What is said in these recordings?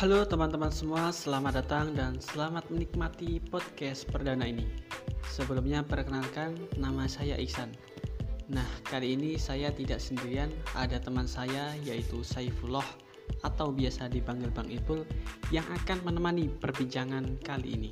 Halo teman-teman semua, selamat datang dan selamat menikmati podcast perdana ini. Sebelumnya perkenalkan, nama saya Iksan. Nah, kali ini saya tidak sendirian, ada teman saya yaitu Saifullah atau biasa dipanggil Bang Ipul yang akan menemani perbincangan kali ini.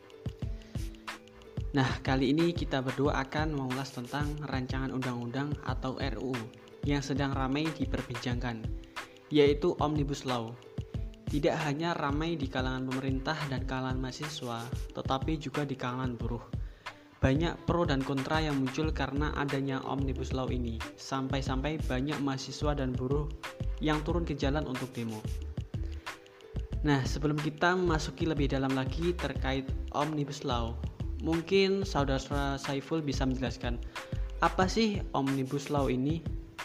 Nah, kali ini kita berdua akan mengulas tentang rancangan undang-undang atau RUU yang sedang ramai diperbincangkan, yaitu Omnibus Law. Tidak hanya ramai di kalangan pemerintah dan kalangan mahasiswa, tetapi juga di kalangan buruh. Banyak pro dan kontra yang muncul karena adanya Omnibus Law ini, sampai-sampai banyak mahasiswa dan buruh yang turun ke jalan untuk demo. Nah, sebelum kita memasuki lebih dalam lagi terkait Omnibus Law, mungkin saudara Saiful bisa menjelaskan apa sih Omnibus Law ini?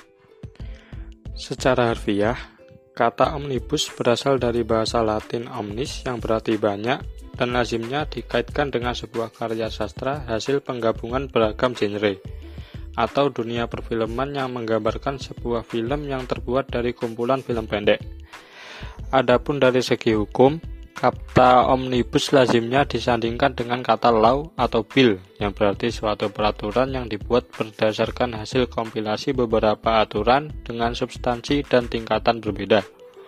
Secara harfiah, kata omnibus berasal dari bahasa Latin omnis yang berarti banyak dan lazimnya dikaitkan dengan sebuah karya sastra hasil penggabungan beragam genre atau dunia perfilman yang menggambarkan sebuah film yang terbuat dari kumpulan film pendek. Adapun dari segi hukum, kata omnibus lazimnya disandingkan dengan kata law atau bill yang berarti suatu peraturan yang dibuat berdasarkan hasil kompilasi beberapa aturan dengan substansi dan tingkatan berbeda.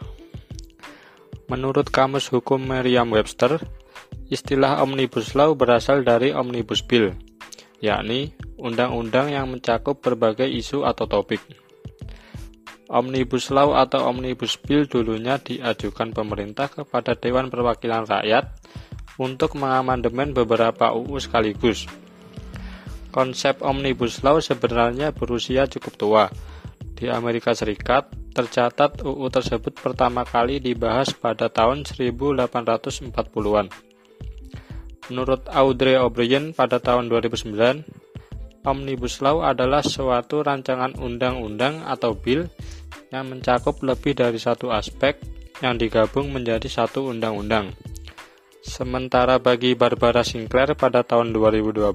Menurut Kamus Hukum Merriam-Webster, istilah Omnibus Law berasal dari Omnibus Bill, yakni undang-undang yang mencakup berbagai isu atau topik. Omnibus Law atau Omnibus Bill dulunya diajukan pemerintah kepada Dewan Perwakilan Rakyat untuk mengamandemen beberapa UU sekaligus. Konsep Omnibus Law sebenarnya berusia cukup tua. Di Amerika Serikat, tercatat UU tersebut pertama kali dibahas pada tahun 1840-an. Menurut Audrey O'Brien pada tahun 2009, Omnibus Law adalah suatu rancangan undang-undang atau bill yang mencakup lebih dari satu aspek yang digabung menjadi satu undang-undang. Sementara bagi Barbara Sinclair pada tahun 2012,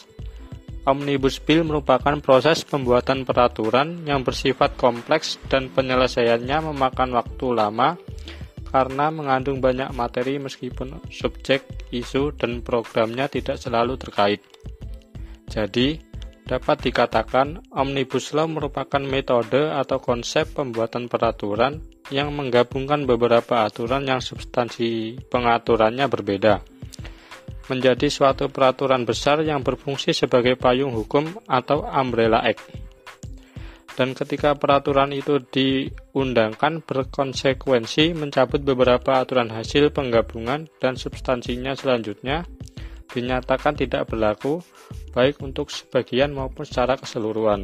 Omnibus Bill merupakan proses pembuatan peraturan yang bersifat kompleks dan penyelesaiannya memakan waktu lama karena mengandung banyak materi meskipun subjek, isu, dan programnya tidak selalu terkait. Jadi, dapat dikatakan Omnibus Law merupakan metode atau konsep pembuatan peraturan yang menggabungkan beberapa aturan yang substansi pengaturannya berbeda, menjadi suatu peraturan besar yang berfungsi sebagai payung hukum atau umbrella act. Dan ketika peraturan itu diundangkan berkonsekuensi mencabut beberapa aturan hasil penggabungan dan substansinya selanjutnya dinyatakan tidak berlaku baik untuk sebagian maupun secara keseluruhan.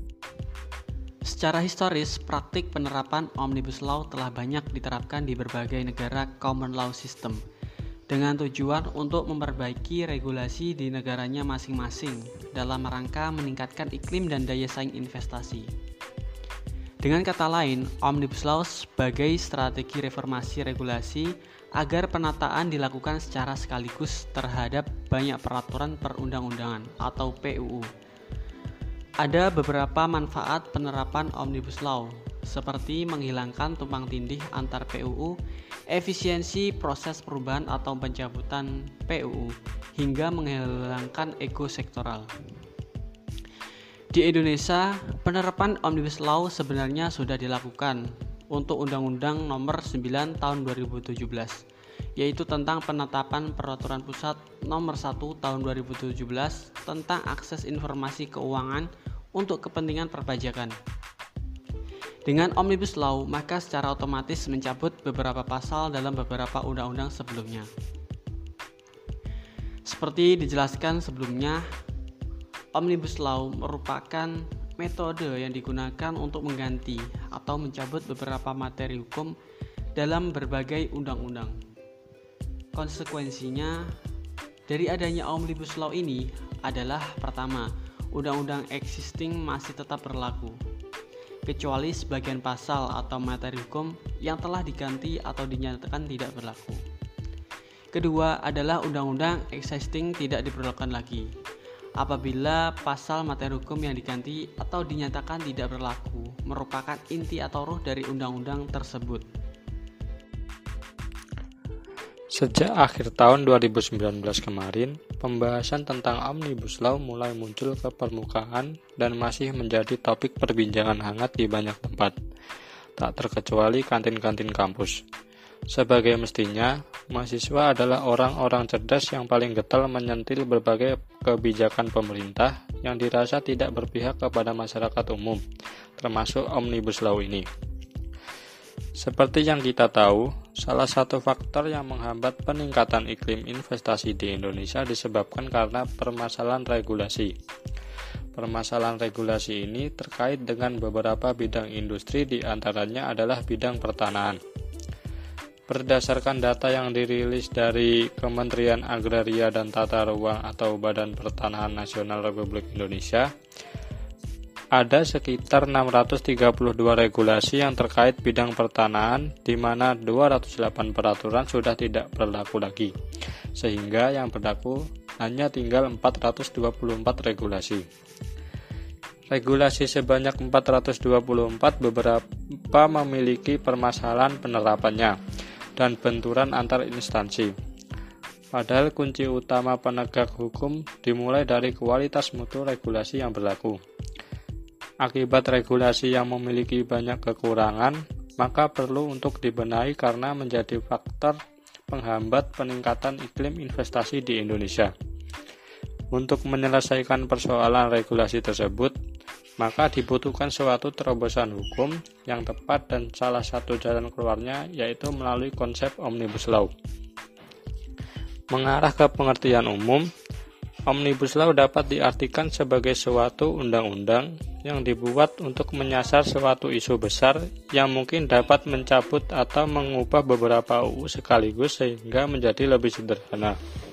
Secara historis, praktik penerapan Omnibus Law telah banyak diterapkan di berbagai negara common law system dengan tujuan untuk memperbaiki regulasi di negaranya masing-masing dalam rangka meningkatkan iklim dan daya saing investasi. Dengan kata lain, Omnibus Law sebagai strategi reformasi regulasi agar penataan dilakukan secara sekaligus terhadap banyak peraturan perundang-undangan atau PUU. Ada beberapa manfaat penerapan Omnibus Law, seperti menghilangkan tumpang tindih antar PUU, efisiensi proses perubahan atau pencabutan PUU, hingga menghilangkan ego sektoral. Di Indonesia, penerapan Omnibus Law sebenarnya sudah dilakukan untuk Undang-Undang Nomor 9 Tahun 2017, yaitu tentang penetapan Peraturan Pusat Nomor 1 Tahun 2017 tentang akses informasi keuangan untuk kepentingan perpajakan. Dengan Omnibus Law, maka secara otomatis mencabut beberapa pasal dalam beberapa undang-undang sebelumnya. Seperti dijelaskan sebelumnya, Omnibus Law merupakan metode yang digunakan untuk mengganti atau mencabut beberapa materi hukum dalam berbagai undang-undang. Konsekuensinya dari adanya Omnibus Law ini adalah pertama, undang-undang existing masih tetap berlaku, kecuali sebagian pasal atau materi hukum yang telah diganti atau dinyatakan tidak berlaku. Kedua adalah undang-undang existing tidak diperlukan lagi apabila pasal materi hukum yang diganti atau dinyatakan tidak berlaku merupakan inti atau ruh dari undang-undang tersebut. Sejak akhir tahun 2019 kemarin, pembahasan tentang Omnibus Law mulai muncul ke permukaan dan masih menjadi topik perbincangan hangat di banyak tempat, tak terkecuali kantin-kantin kampus. Sebagai mestinya, mahasiswa adalah orang-orang cerdas yang paling getol menyentil berbagai kebijakan pemerintah yang dirasa tidak berpihak kepada masyarakat umum, termasuk Omnibus Law ini. Seperti yang kita tahu, salah satu faktor yang menghambat peningkatan iklim investasi di Indonesia disebabkan karena permasalahan regulasi. Permasalahan regulasi ini terkait dengan beberapa bidang industri, di antaranya adalah bidang pertanahan. Berdasarkan data yang dirilis dari Kementerian Agraria dan Tata Ruang atau Badan Pertanahan Nasional Republik Indonesia, ada sekitar 632 regulasi yang terkait bidang pertanahan, di mana 208 peraturan sudah tidak berlaku lagi, sehingga yang berlaku hanya tinggal 424 regulasi. Regulasi sebanyak 424 beberapa memiliki permasalahan penerapannya dan benturan antar instansi. Padahal kunci utama penegak hukum dimulai dari kualitas mutu regulasi yang berlaku. Akibat regulasi yang memiliki banyak kekurangan, maka perlu untuk dibenahi karena menjadi faktor penghambat peningkatan iklim investasi di Indonesia. Untuk menyelesaikan persoalan regulasi tersebut, maka dibutuhkan suatu terobosan hukum yang tepat, dan salah satu jalan keluarnya yaitu melalui konsep Omnibus Law. Mengarah ke pengertian umum, Omnibus Law dapat diartikan sebagai suatu undang-undang yang dibuat untuk menyasar suatu isu besar yang mungkin dapat mencabut atau mengubah beberapa UU sekaligus sehingga menjadi lebih sederhana.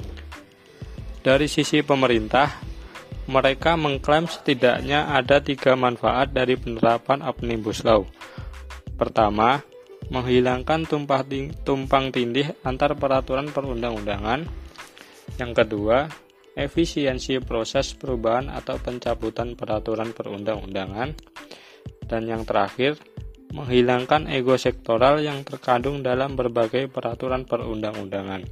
Dari sisi pemerintah, mereka mengklaim setidaknya ada 3 manfaat dari penerapan Omnibus Law. Pertama, menghilangkan tumpang tindih antar peraturan perundang-undangan. Yang kedua, efisiensi proses perubahan atau pencabutan peraturan perundang-undangan. Dan yang terakhir, menghilangkan ego sektoral yang terkandung dalam berbagai peraturan perundang-undangan.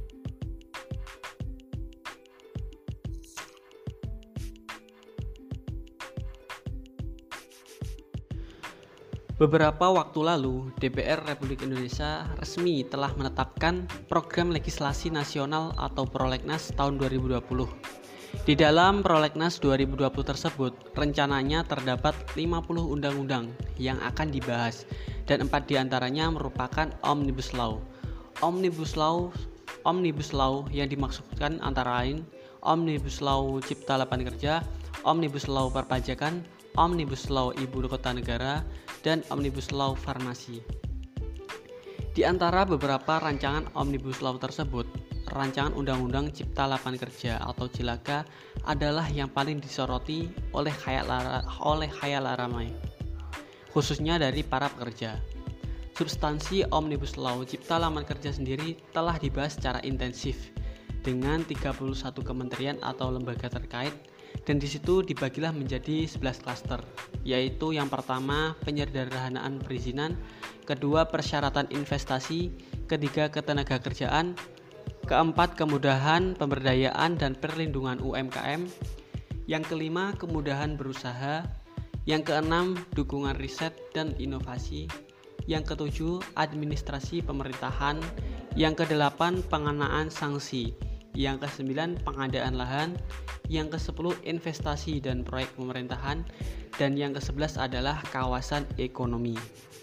Beberapa waktu lalu, DPR Republik Indonesia resmi telah menetapkan Program Legislasi Nasional atau Prolegnas tahun 2020. Di dalam Prolegnas 2020 tersebut, rencananya terdapat 50 undang-undang yang akan dibahas, dan 4 diantaranya merupakan Omnibus Law. Omnibus Law yang dimaksudkan antara lain Omnibus Law Cipta Lapangan Kerja, Omnibus Law Perpajakan, Omnibus Law Ibu Kota Negara, dan Omnibus Law Farmasi. Di antara beberapa rancangan Omnibus Law tersebut, rancangan Undang-Undang Cipta Lapangan Kerja atau Cilaka adalah yang paling disoroti oleh khayal ramai, khususnya dari para pekerja. Substansi Omnibus Law Cipta Lapangan Kerja sendiri telah dibahas secara intensif dengan 31 kementerian atau lembaga terkait, dan di situ dibagilah menjadi 11 klaster, yaitu yang pertama penyederhanaan perizinan, kedua persyaratan investasi, ketiga ketenagakerjaan, keempat kemudahan pemberdayaan dan perlindungan UMKM, yang kelima kemudahan berusaha, yang keenam dukungan riset dan inovasi, yang ketujuh administrasi pemerintahan, yang kedelapan pengenaan sanksi, yang ke-9 pengadaan lahan, yang ke-10 investasi dan proyek pemerintahan, dan yang ke-11 adalah kawasan ekonomi.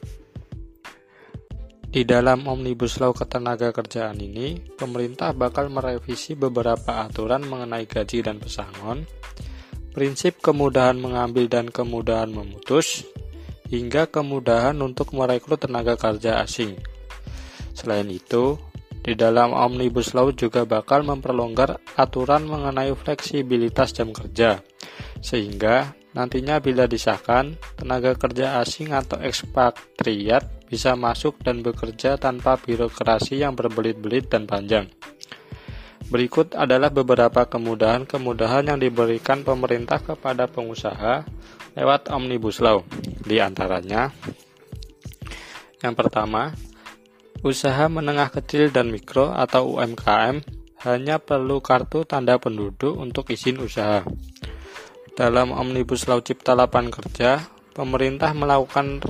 Di dalam Omnibus Law Ketenagakerjaan ini, pemerintah bakal merevisi beberapa aturan mengenai gaji dan pesangon, prinsip kemudahan mengambil dan kemudahan memutus, hingga kemudahan untuk merekrut tenaga kerja asing. Selain itu, di dalam Omnibus Law juga bakal memperlonggar aturan mengenai fleksibilitas jam kerja, sehingga nantinya bila disahkan, tenaga kerja asing atau ekspatriat bisa masuk dan bekerja tanpa birokrasi yang berbelit-belit dan panjang. Berikut adalah beberapa kemudahan-kemudahan yang diberikan pemerintah kepada pengusaha lewat Omnibus Law. Di antaranya, yang pertama, Usaha menengah kecil dan mikro atau UMKM hanya perlu kartu tanda penduduk untuk izin usaha. Dalam Omnibus Law Cipta Lapangan Kerja, pemerintah melakukan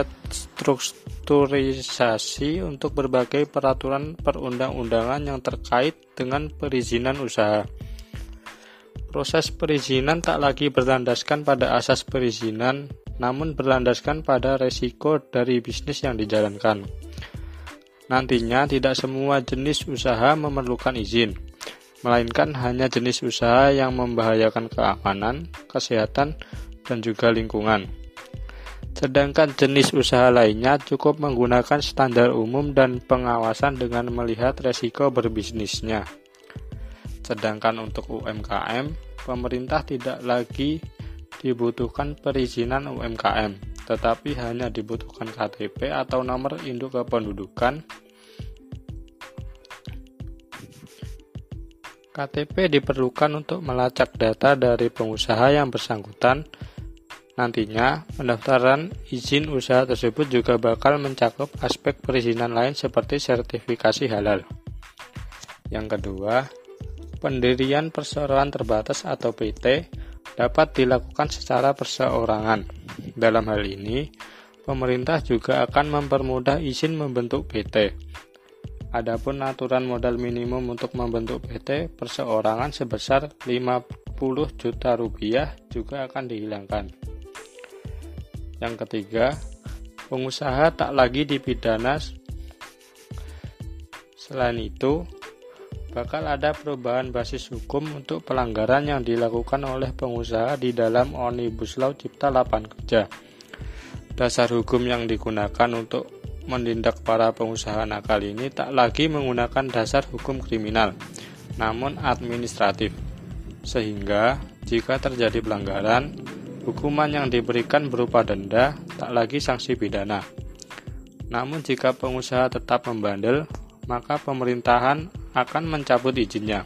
restrukturisasi untuk berbagai peraturan perundang-undangan yang terkait dengan perizinan usaha. Proses perizinan tak lagi berlandaskan pada asas perizinan, namun berlandaskan pada resiko dari bisnis yang dijalankan. Nantinya tidak semua jenis usaha memerlukan izin, melainkan hanya jenis usaha yang membahayakan keamanan, kesehatan, dan juga lingkungan. Sedangkan jenis usaha lainnya cukup menggunakan standar umum dan pengawasan dengan melihat resiko berbisnisnya. Sedangkan untuk UMKM, pemerintah tidak lagi dibutuhkan perizinan UMKM, tetapi hanya dibutuhkan KTP atau nomor induk kependudukan. KTP diperlukan untuk melacak data dari pengusaha yang bersangkutan. Nantinya, pendaftaran izin usaha tersebut juga bakal mencakup aspek perizinan lain seperti sertifikasi halal. Yang kedua, pendirian perseroan terbatas atau PT dapat dilakukan secara perseorangan. Dalam hal ini, pemerintah juga akan mempermudah izin membentuk PT. Adapun aturan modal minimum untuk membentuk PT perseorangan sebesar 50 juta rupiah juga akan dihilangkan. Yang ketiga, pengusaha tak lagi dipidana. Selain itu, bakal ada perubahan basis hukum untuk pelanggaran yang dilakukan oleh pengusaha di dalam Omnibus Law Cipta Lapangan Kerja. Dasar hukum yang digunakan untuk menindak para pengusaha nakal ini tak lagi menggunakan dasar hukum kriminal, namun administratif. Sehingga, jika terjadi pelanggaran, hukuman yang diberikan berupa denda, tak lagi sanksi pidana. Namun jika pengusaha tetap membandel, maka pemerintahan akan mencabut izinnya.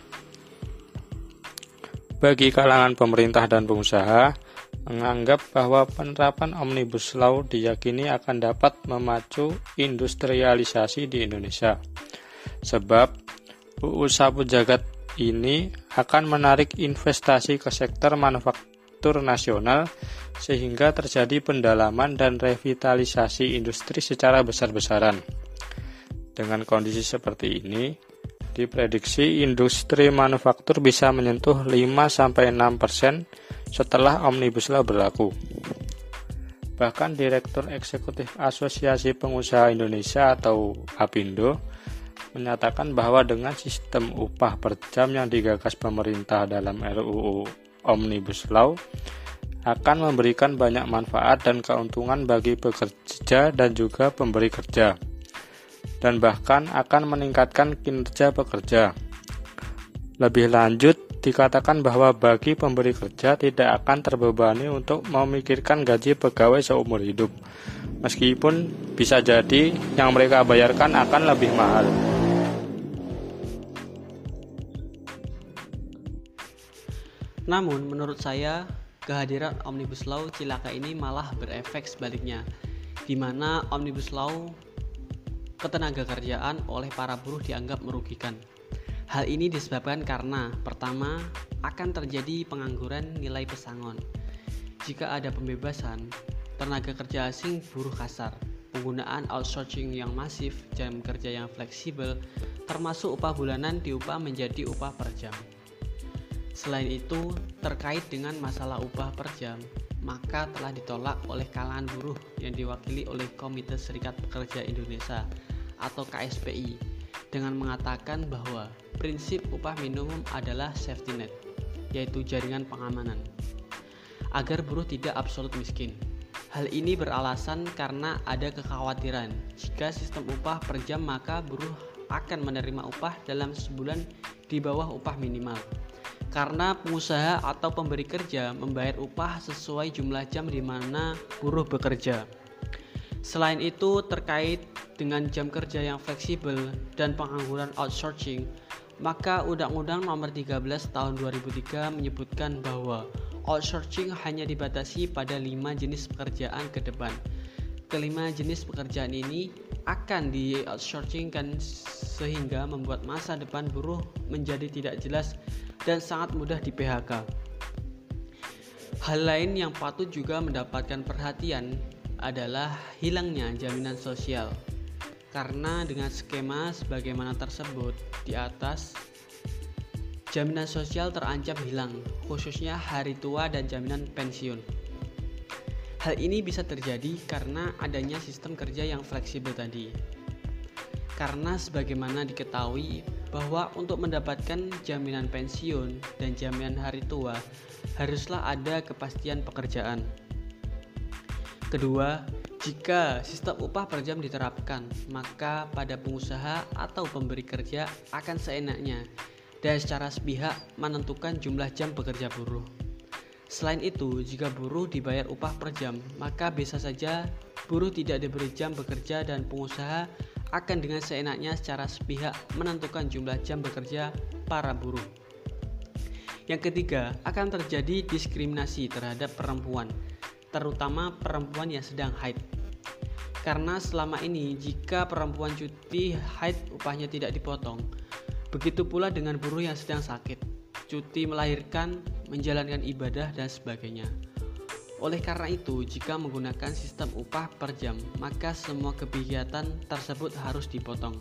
Bagi kalangan pemerintah dan pengusaha, menganggap bahwa penerapan Omnibus Law diyakini akan dapat memacu industrialisasi di Indonesia. Sebab UU Sapu Jagat ini akan menarik investasi ke sektor manufaktur nasional sehingga terjadi pendalaman dan revitalisasi industri secara besar-besaran. Dengan kondisi seperti ini, diprediksi industri manufaktur bisa menyentuh 5-6% setelah Omnibus Law berlaku. Bahkan Direktur Eksekutif Asosiasi Pengusaha Indonesia atau APindo menyatakan bahwa dengan sistem upah per jam yang digagas pemerintah dalam RUU Omnibus Law akan memberikan banyak manfaat dan keuntungan bagi pekerja dan juga pemberi kerja, dan bahkan akan meningkatkan kinerja pekerja. Lebih lanjut, dikatakan bahwa bagi pemberi kerja tidak akan terbebani untuk memikirkan gaji pegawai seumur hidup, meskipun bisa jadi yang mereka bayarkan akan lebih mahal. Namun, menurut saya, kehadiran Omnibus Law cilaka ini malah berefek sebaliknya, di mana Omnibus Law ketenagakerjaan oleh para buruh dianggap merugikan. Hal ini disebabkan karena, pertama, akan terjadi pengangguran nilai pesangon. Jika ada pembebasan tenaga kerja asing, buruh kasar, penggunaan outsourcing yang masif, jam kerja yang fleksibel, termasuk upah bulanan diubah menjadi upah per jam. Selain itu, terkait dengan masalah upah per jam, maka telah ditolak oleh kalangan buruh yang diwakili oleh Komite Serikat Pekerja Indonesia atau KSPI dengan mengatakan bahwa prinsip upah minimum adalah safety net, yaitu jaringan pengamanan, agar buruh tidak absolut miskin. Hal ini beralasan karena ada kekhawatiran jika sistem upah per jam maka buruh akan menerima upah dalam sebulan di bawah upah minimal, karena pengusaha atau pemberi kerja membayar upah sesuai jumlah jam di mana buruh bekerja. Selain itu, terkait dengan jam kerja yang fleksibel dan pengangguran outsourcing, maka Undang-Undang Nomor 13 Tahun 2003 menyebutkan bahwa outsourcing hanya dibatasi pada 5 jenis pekerjaan ke depan. Kelima jenis pekerjaan ini akan di-outsourcingkan sehingga membuat masa depan buruh menjadi tidak jelas dan sangat mudah di-PHK. Hal lain yang patut juga mendapatkan perhatian adalah hilangnya jaminan sosial. Karena dengan skema sebagaimana tersebut di atas, jaminan sosial terancam hilang, khususnya hari tua dan jaminan pensiun. Hal ini bisa terjadi karena adanya sistem kerja yang fleksibel tadi. Karena sebagaimana diketahui bahwa untuk mendapatkan jaminan pensiun dan jaminan hari tua haruslah ada kepastian pekerjaan. Kedua, jika sistem upah per jam diterapkan, maka pada pengusaha atau pemberi kerja akan seenaknya dan secara sepihak menentukan jumlah jam bekerja buruh. Selain itu, jika buruh dibayar upah per jam, maka bisa saja buruh tidak diberi jam bekerja dan pengusaha akan dengan seenaknya secara sepihak menentukan jumlah jam bekerja para buruh. Yang ketiga, akan terjadi diskriminasi terhadap perempuan, terutama perempuan yang sedang haid. Karena selama ini jika perempuan cuti haid upahnya tidak dipotong, begitu pula dengan buruh yang sedang sakit, cuti melahirkan, menjalankan ibadah, dan sebagainya. Oleh karena itu, jika menggunakan sistem upah per jam, maka semua kegiatan tersebut harus dipotong.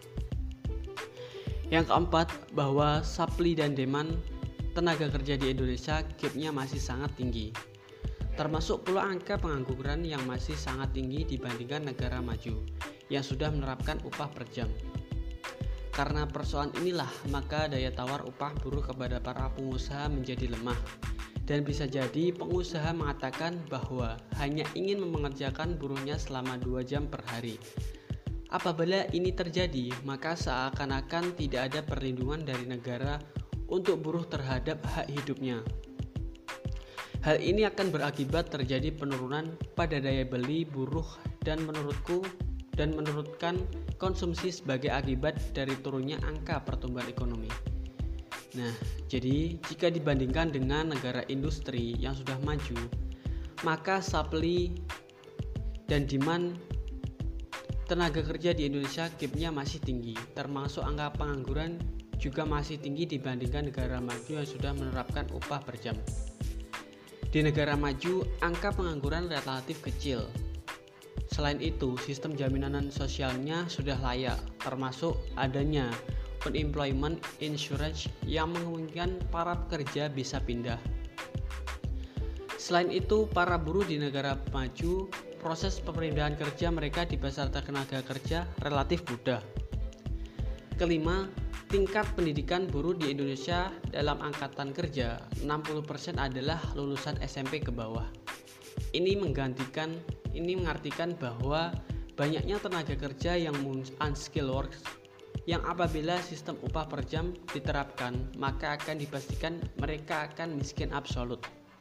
Yang keempat, bahwa supply dan demand tenaga kerja di Indonesia gap-nya masih sangat tinggi. Termasuk pula angka pengangguran yang masih sangat tinggi dibandingkan negara maju yang sudah menerapkan upah per jam. Karena persoalan inilah, maka daya tawar upah buruh kepada para pengusaha menjadi lemah. Dan bisa jadi pengusaha mengatakan bahwa hanya ingin mengerjakan buruhnya selama 2 jam per hari. Apabila ini terjadi, maka seakan-akan tidak ada perlindungan dari negara untuk buruh terhadap hak hidupnya. Hal ini akan berakibat terjadi penurunan pada daya beli buruh dan menurunkan konsumsi sebagai akibat dari turunnya angka pertumbuhan ekonomi. Nah, jadi jika dibandingkan dengan negara industri yang sudah maju, maka supply dan demand tenaga kerja di Indonesia gap-nya masih tinggi, termasuk angka pengangguran juga masih tinggi dibandingkan negara maju yang sudah menerapkan upah per jam. Di negara maju, angka pengangguran relatif kecil. Selain itu, sistem jaminan sosialnya sudah layak, termasuk adanya unemployment insurance yang memungkinkan para pekerja bisa pindah. Selain itu, para buruh di negara maju, proses pemindahan kerja mereka di pasar tenaga kerja relatif mudah. Kelima, tingkat pendidikan buruh di Indonesia dalam angkatan kerja 60% adalah lulusan SMP ke bawah. Ini mengartikan bahwa banyaknya tenaga kerja yang unskilled workers yang apabila sistem upah per jam diterapkan, maka akan dipastikan mereka akan miskin absolut.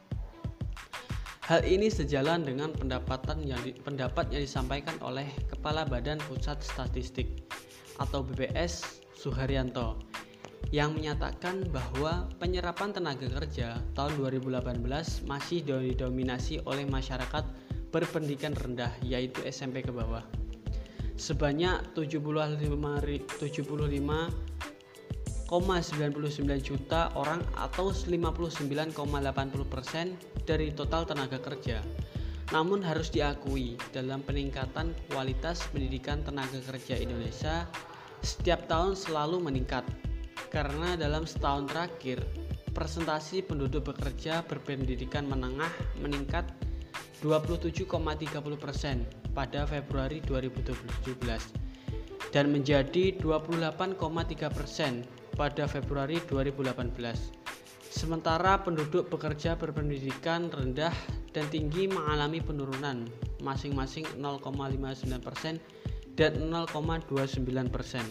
Hal ini sejalan dengan pendapat yang disampaikan oleh Kepala Badan Pusat Statistik atau BPS Suharyanto yang menyatakan bahwa penyerapan tenaga kerja tahun 2018 masih didominasi oleh masyarakat berpendidikan rendah, yaitu SMP ke bawah. Sebanyak 75,99 juta orang atau 59,80% dari total tenaga kerja. Namun harus diakui, dalam peningkatan kualitas pendidikan tenaga kerja Indonesia setiap tahun selalu meningkat. Karena dalam setahun terakhir, persentase penduduk bekerja berpendidikan menengah meningkat 27,30% pada Februari 2017 dan menjadi 28,3% pada Februari 2018. Sementara penduduk bekerja berpendidikan rendah dan tinggi mengalami penurunan masing-masing 0,59% dan 0,29%.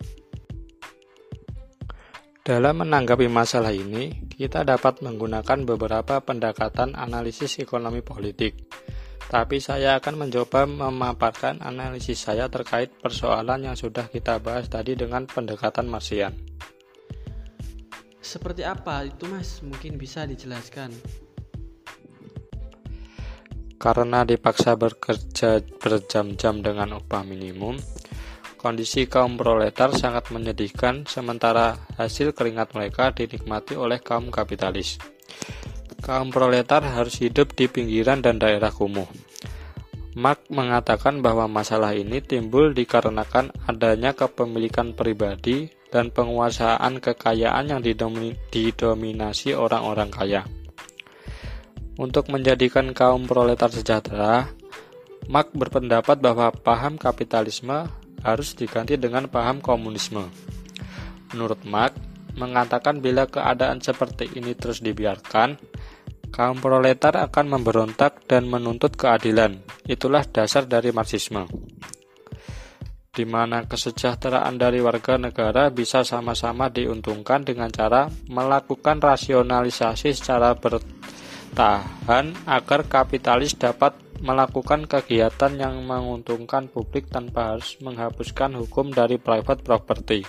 Dalam menanggapi masalah ini, kita dapat menggunakan beberapa pendekatan analisis ekonomi politik. Tapi saya akan mencoba memaparkan analisis saya terkait persoalan yang sudah kita bahas tadi dengan pendekatan Marxian. Seperti apa itu, Mas? Mungkin bisa dijelaskan. Karena dipaksa bekerja berjam-jam dengan upah minimum, kondisi kaum proletar sangat menyedihkan, sementara hasil keringat mereka dinikmati oleh kaum kapitalis. Kaum proletar harus hidup di pinggiran dan daerah kumuh. Marx mengatakan bahwa masalah ini timbul dikarenakan adanya kepemilikan pribadi dan penguasaan kekayaan yang didominasi orang-orang kaya. Untuk menjadikan kaum proletar sejahtera, Marx berpendapat bahwa paham kapitalisme harus diganti dengan paham komunisme. Menurut Marx, mengatakan bila keadaan seperti ini terus dibiarkan, kaum proletar akan memberontak dan menuntut keadilan. Itulah dasar dari Marxisme, di mana kesejahteraan dari warga negara bisa sama-sama diuntungkan dengan cara melakukan rasionalisasi secara bertahan agar kapitalis dapat melakukan kegiatan yang menguntungkan publik tanpa harus menghapuskan hukum dari private property.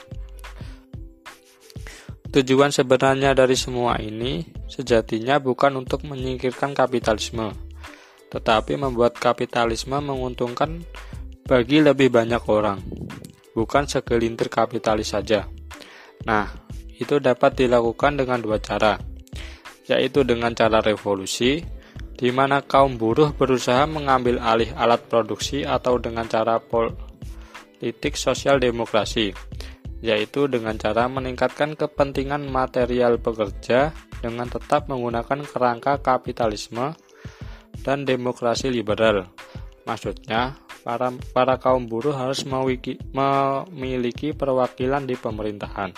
Tujuan sebenarnya dari semua ini sejatinya bukan untuk menyingkirkan kapitalisme, tetapi membuat kapitalisme menguntungkan bagi lebih banyak orang, bukan segelintir kapitalis saja. Nah, itu dapat dilakukan dengan dua cara, yaitu dengan cara revolusi, di mana kaum buruh berusaha mengambil alih alat produksi, atau dengan cara politik sosial demokrasi, yaitu dengan cara meningkatkan kepentingan material pekerja dengan tetap menggunakan kerangka kapitalisme dan demokrasi liberal. Maksudnya, para kaum buruh harus memiliki perwakilan di pemerintahan.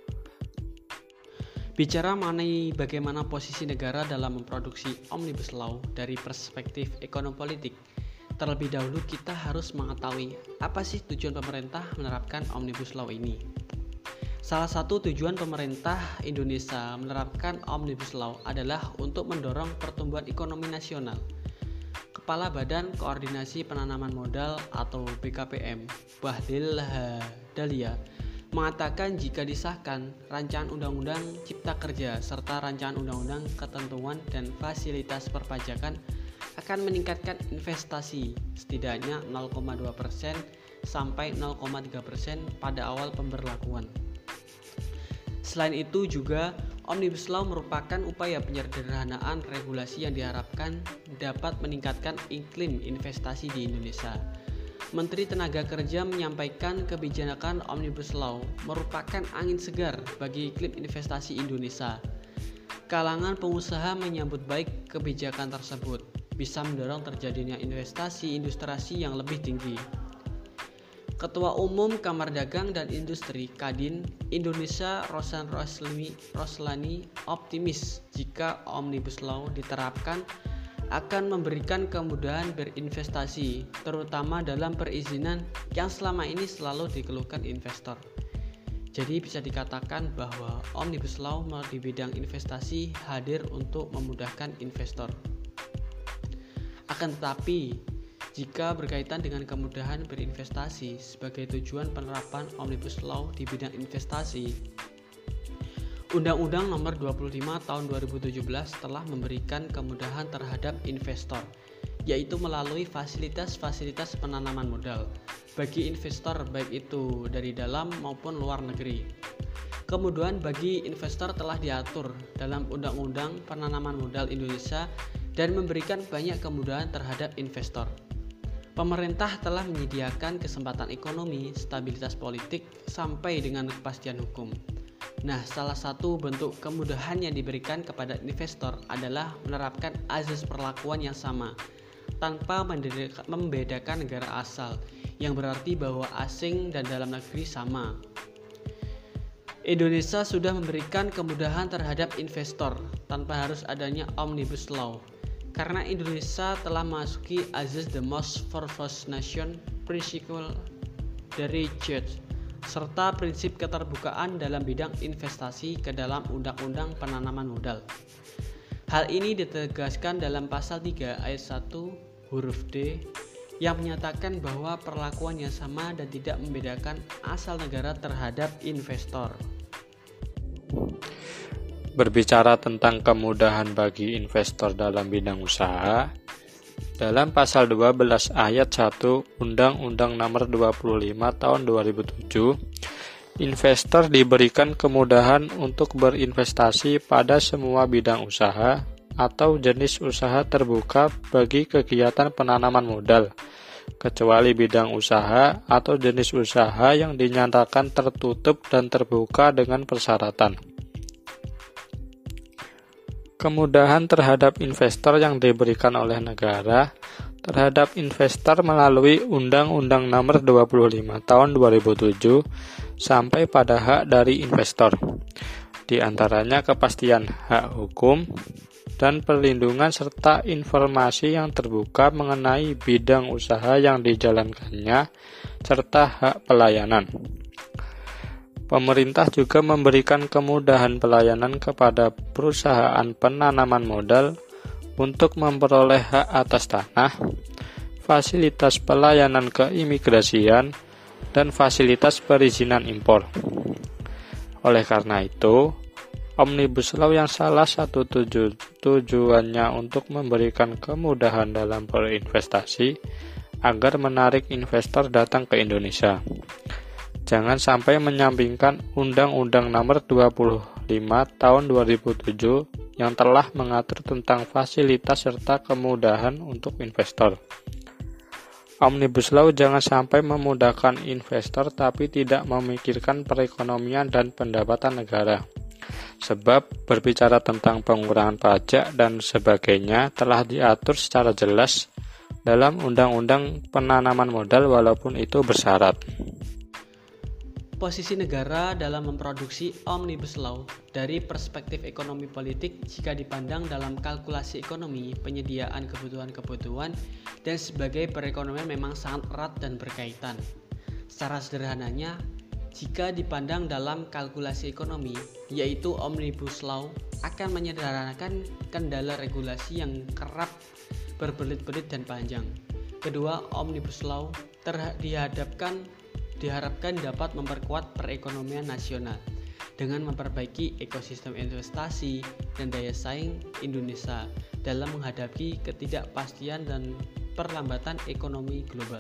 Bicara mengenai bagaimana posisi negara dalam memproduksi Omnibus Law dari perspektif ekonomi politik, terlebih dahulu kita harus mengetahui apa sih tujuan pemerintah menerapkan Omnibus Law ini. Salah satu tujuan pemerintah Indonesia menerapkan Omnibus Law adalah untuk mendorong pertumbuhan ekonomi nasional. Kepala Badan Koordinasi Penanaman Modal atau BKPM, Bahlil Lahadalia, mengatakan jika disahkan, rancangan Undang-Undang Cipta Kerja serta rancangan Undang-Undang Ketentuan dan Fasilitas Perpajakan akan meningkatkan investasi setidaknya 0,2% sampai 0,3% pada awal pemberlakuan. Selain itu juga, Omnibus Law merupakan upaya penyederhanaan regulasi yang diharapkan dapat meningkatkan iklim investasi di Indonesia. Menteri Tenaga Kerja menyampaikan kebijakan Omnibus Law merupakan angin segar bagi iklim investasi Indonesia. Kalangan pengusaha menyambut baik kebijakan tersebut, bisa mendorong terjadinya investasi industri yang lebih tinggi. Ketua Umum Kamar Dagang dan Industri Kadin Indonesia Rosan Roslani optimis jika Omnibus Law diterapkan akan memberikan kemudahan berinvestasi, terutama dalam perizinan yang selama ini selalu dikeluhkan investor. Jadi bisa dikatakan bahwa Omnibus Law di bidang investasi hadir untuk memudahkan investor. Akan tetapi, jika berkaitan dengan kemudahan berinvestasi sebagai tujuan penerapan Omnibus Law di bidang investasi, Undang-Undang Nomor 25 Tahun 2017 telah memberikan kemudahan terhadap investor, yaitu melalui fasilitas-fasilitas penanaman modal bagi investor baik itu dari dalam maupun luar negeri. Kemudahan bagi investor telah diatur dalam Undang-Undang Penanaman Modal Indonesia dan memberikan banyak kemudahan terhadap investor. Pemerintah telah menyediakan kesempatan ekonomi, stabilitas politik, sampai dengan kepastian hukum. Nah, salah satu bentuk kemudahan yang diberikan kepada investor adalah menerapkan azas perlakuan yang sama, tanpa membedakan negara asal, yang berarti bahwa asing dan dalam negeri sama. Indonesia sudah memberikan kemudahan terhadap investor tanpa harus adanya Omnibus Law. Karena Indonesia telah memasuki azas the most favored nation principle dari Church, serta prinsip keterbukaan dalam bidang investasi ke dalam Undang-Undang Penanaman Modal. Hal ini ditegaskan dalam pasal 3 ayat 1 huruf D yang menyatakan bahwa perlakuan yang sama dan tidak membedakan asal negara terhadap investor. Berbicara tentang kemudahan bagi investor dalam bidang usaha, Dalam pasal 12 ayat 1 Undang-Undang Nomor 25 Tahun 2007, investor diberikan kemudahan untuk berinvestasi pada semua bidang usaha atau jenis usaha terbuka bagi kegiatan penanaman modal, kecuali bidang usaha atau jenis usaha yang dinyatakan tertutup dan terbuka dengan persyaratan. Kemudahan terhadap investor yang diberikan oleh negara terhadap investor melalui Undang-Undang Nomor 25 Tahun 2007 sampai pada hak dari investor, di antaranya kepastian hak hukum dan perlindungan serta informasi yang terbuka mengenai bidang usaha yang dijalankannya serta hak pelayanan. Pemerintah juga memberikan kemudahan pelayanan kepada perusahaan penanaman modal untuk memperoleh hak atas tanah, fasilitas pelayanan keimigrasian, dan fasilitas perizinan impor. Oleh karena itu, Omnibus Law yang salah satu tujuannya untuk memberikan kemudahan dalam berinvestasi agar menarik investor datang ke Indonesia. Jangan sampai menyampingkan Undang-Undang Nomor 25 Tahun 2007 yang telah mengatur tentang fasilitas serta kemudahan untuk investor. Omnibus Law jangan sampai memudahkan investor tapi tidak memikirkan perekonomian dan pendapatan negara. Sebab berbicara tentang pengurangan pajak dan sebagainya telah diatur secara jelas dalam Undang-Undang Penanaman Modal walaupun itu bersyarat. Posisi negara dalam memproduksi Omnibus Law dari perspektif ekonomi politik jika dipandang dalam kalkulasi ekonomi, penyediaan kebutuhan-kebutuhan, dan sebagai perekonomian memang sangat erat dan berkaitan. Secara sederhananya, jika dipandang dalam kalkulasi ekonomi, yaitu Omnibus Law akan menyederhanakan kendala regulasi yang kerap berbelit-belit dan panjang. Kedua, Omnibus Law diharapkan dapat memperkuat perekonomian nasional dengan memperbaiki ekosistem investasi dan daya saing Indonesia dalam menghadapi ketidakpastian dan perlambatan ekonomi global.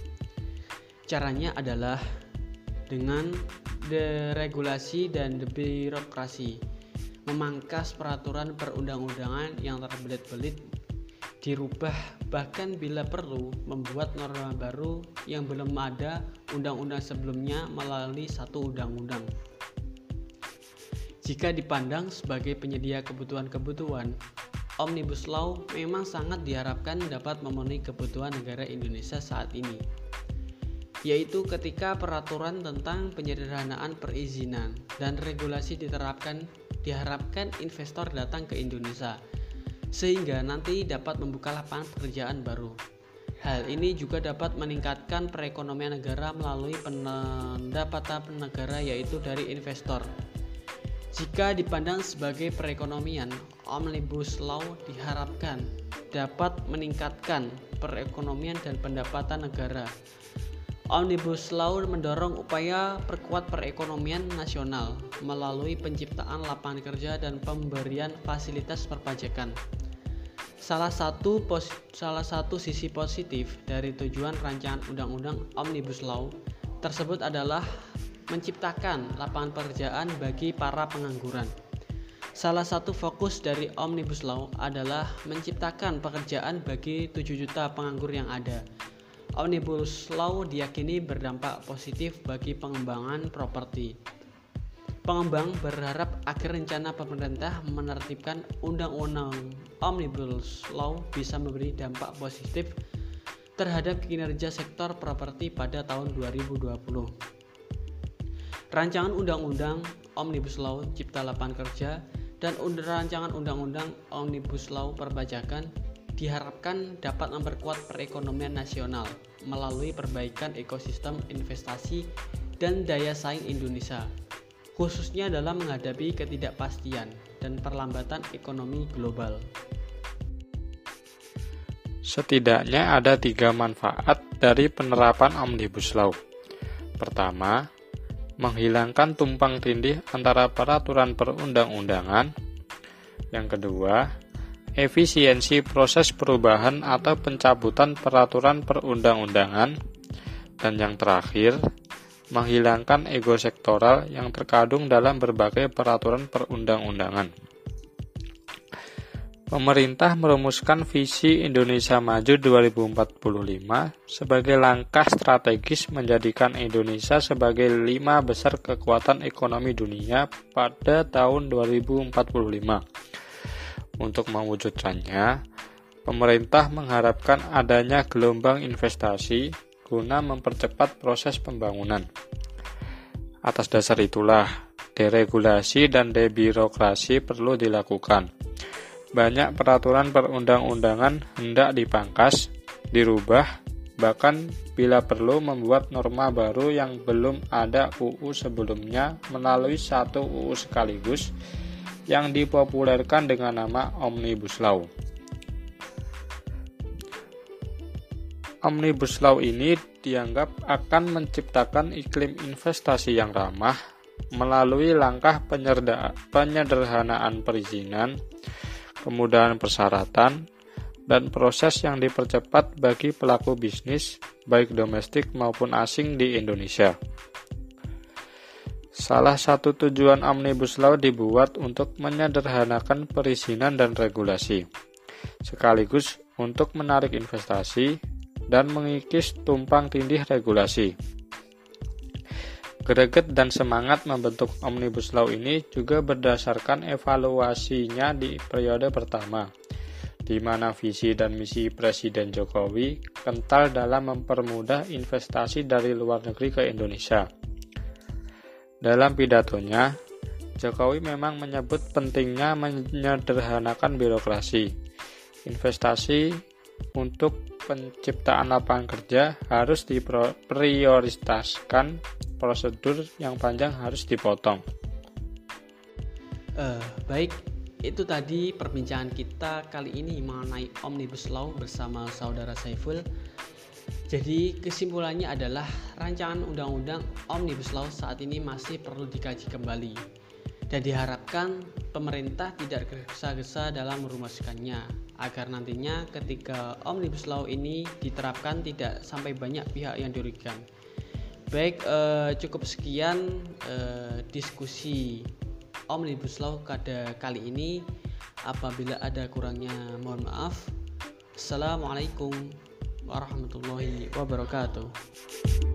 Caranya adalah dengan deregulasi dan debirokrasi, memangkas peraturan perundang-undangan yang terbelit-belit, dirubah, bahkan bila perlu membuat norma baru yang belum ada undang-undang sebelumnya melalui satu undang-undang. Jika dipandang sebagai penyedia kebutuhan-kebutuhan, Omnibus Law memang sangat diharapkan dapat memenuhi kebutuhan negara Indonesia saat ini, yaitu ketika peraturan tentang penyederhanaan perizinan dan regulasi diharapkan investor datang ke Indonesia, sehingga nanti dapat membuka lapangan pekerjaan baru. Hal ini juga dapat meningkatkan perekonomian negara melalui pendapatan negara yaitu dari investor. Jika dipandang sebagai perekonomian, Omnibus Law diharapkan dapat meningkatkan perekonomian dan pendapatan negara. Omnibus Law mendorong upaya perkuat perekonomian nasional melalui penciptaan lapangan kerja dan pemberian fasilitas perpajakan. Salah satu sisi positif dari tujuan rancangan undang-undang Omnibus Law tersebut adalah menciptakan lapangan pekerjaan bagi para pengangguran. Salah satu fokus dari Omnibus Law adalah menciptakan pekerjaan bagi 7 juta penganggur yang ada. Omnibus Law diyakini berdampak positif bagi pengembangan properti. Pengembang berharap agar rencana pemerintah menertibkan undang-undang Omnibus Law bisa memberi dampak positif terhadap kinerja sektor properti pada tahun 2020. Rancangan undang-undang Omnibus Law Cipta Lapangan Kerja dan rancangan undang-undang Omnibus Law Perpajakan diharapkan dapat memperkuat perekonomian nasional melalui perbaikan ekosistem investasi dan daya saing Indonesia, khususnya dalam menghadapi ketidakpastian dan perlambatan ekonomi global. Setidaknya ada 3 manfaat dari penerapan Omnibus Law. Pertama, menghilangkan tumpang tindih antara peraturan perundang-undangan. Yang kedua, efisiensi proses perubahan atau pencabutan peraturan perundang-undangan, dan yang terakhir, menghilangkan ego sektoral yang terkandung dalam berbagai peraturan perundang-undangan. Pemerintah merumuskan visi Indonesia Maju 2045 sebagai langkah strategis menjadikan Indonesia sebagai 5 besar kekuatan ekonomi dunia pada tahun 2045. Untuk mewujudkannya, pemerintah mengharapkan adanya gelombang investasi guna mempercepat proses pembangunan. Atas dasar itulah, deregulasi dan debirokrasi perlu dilakukan. Banyak peraturan perundang-undangan hendak dipangkas, dirubah, bahkan bila perlu membuat norma baru yang belum ada UU sebelumnya melalui satu UU sekaligus yang dipopulerkan dengan nama Omnibus Law. Omnibus Law ini dianggap akan menciptakan iklim investasi yang ramah melalui langkah penyederhanaan perizinan, kemudahan persyaratan, dan proses yang dipercepat bagi pelaku bisnis, baik domestik maupun asing di Indonesia. Salah satu tujuan Omnibus Law dibuat untuk menyederhanakan perizinan dan regulasi, sekaligus untuk menarik investasi dan mengikis tumpang tindih regulasi. Greget dan semangat membentuk Omnibus Law ini juga berdasarkan evaluasinya di periode pertama, di mana visi dan misi Presiden Jokowi kental dalam mempermudah investasi dari luar negeri ke Indonesia. Dalam pidatonya, Jokowi memang menyebut pentingnya menyederhanakan birokrasi. Investasi untuk penciptaan lapangan kerja harus diprioritaskan, prosedur yang panjang harus dipotong. Baik, itu tadi perbincangan kita kali ini mengenai Omnibus Law bersama saudara Saiful. Jadi kesimpulannya adalah rancangan undang-undang Omnibus Law saat ini masih perlu dikaji kembali dan diharapkan pemerintah tidak tergesa-gesa dalam merumuskannya agar nantinya ketika Omnibus Law ini diterapkan tidak sampai banyak pihak yang dirugikan. Baik, cukup sekian diskusi Omnibus Law pada kali ini. Apabila ada kurangnya mohon maaf. Assalamualaikum warahmatullahi wabarakatuh.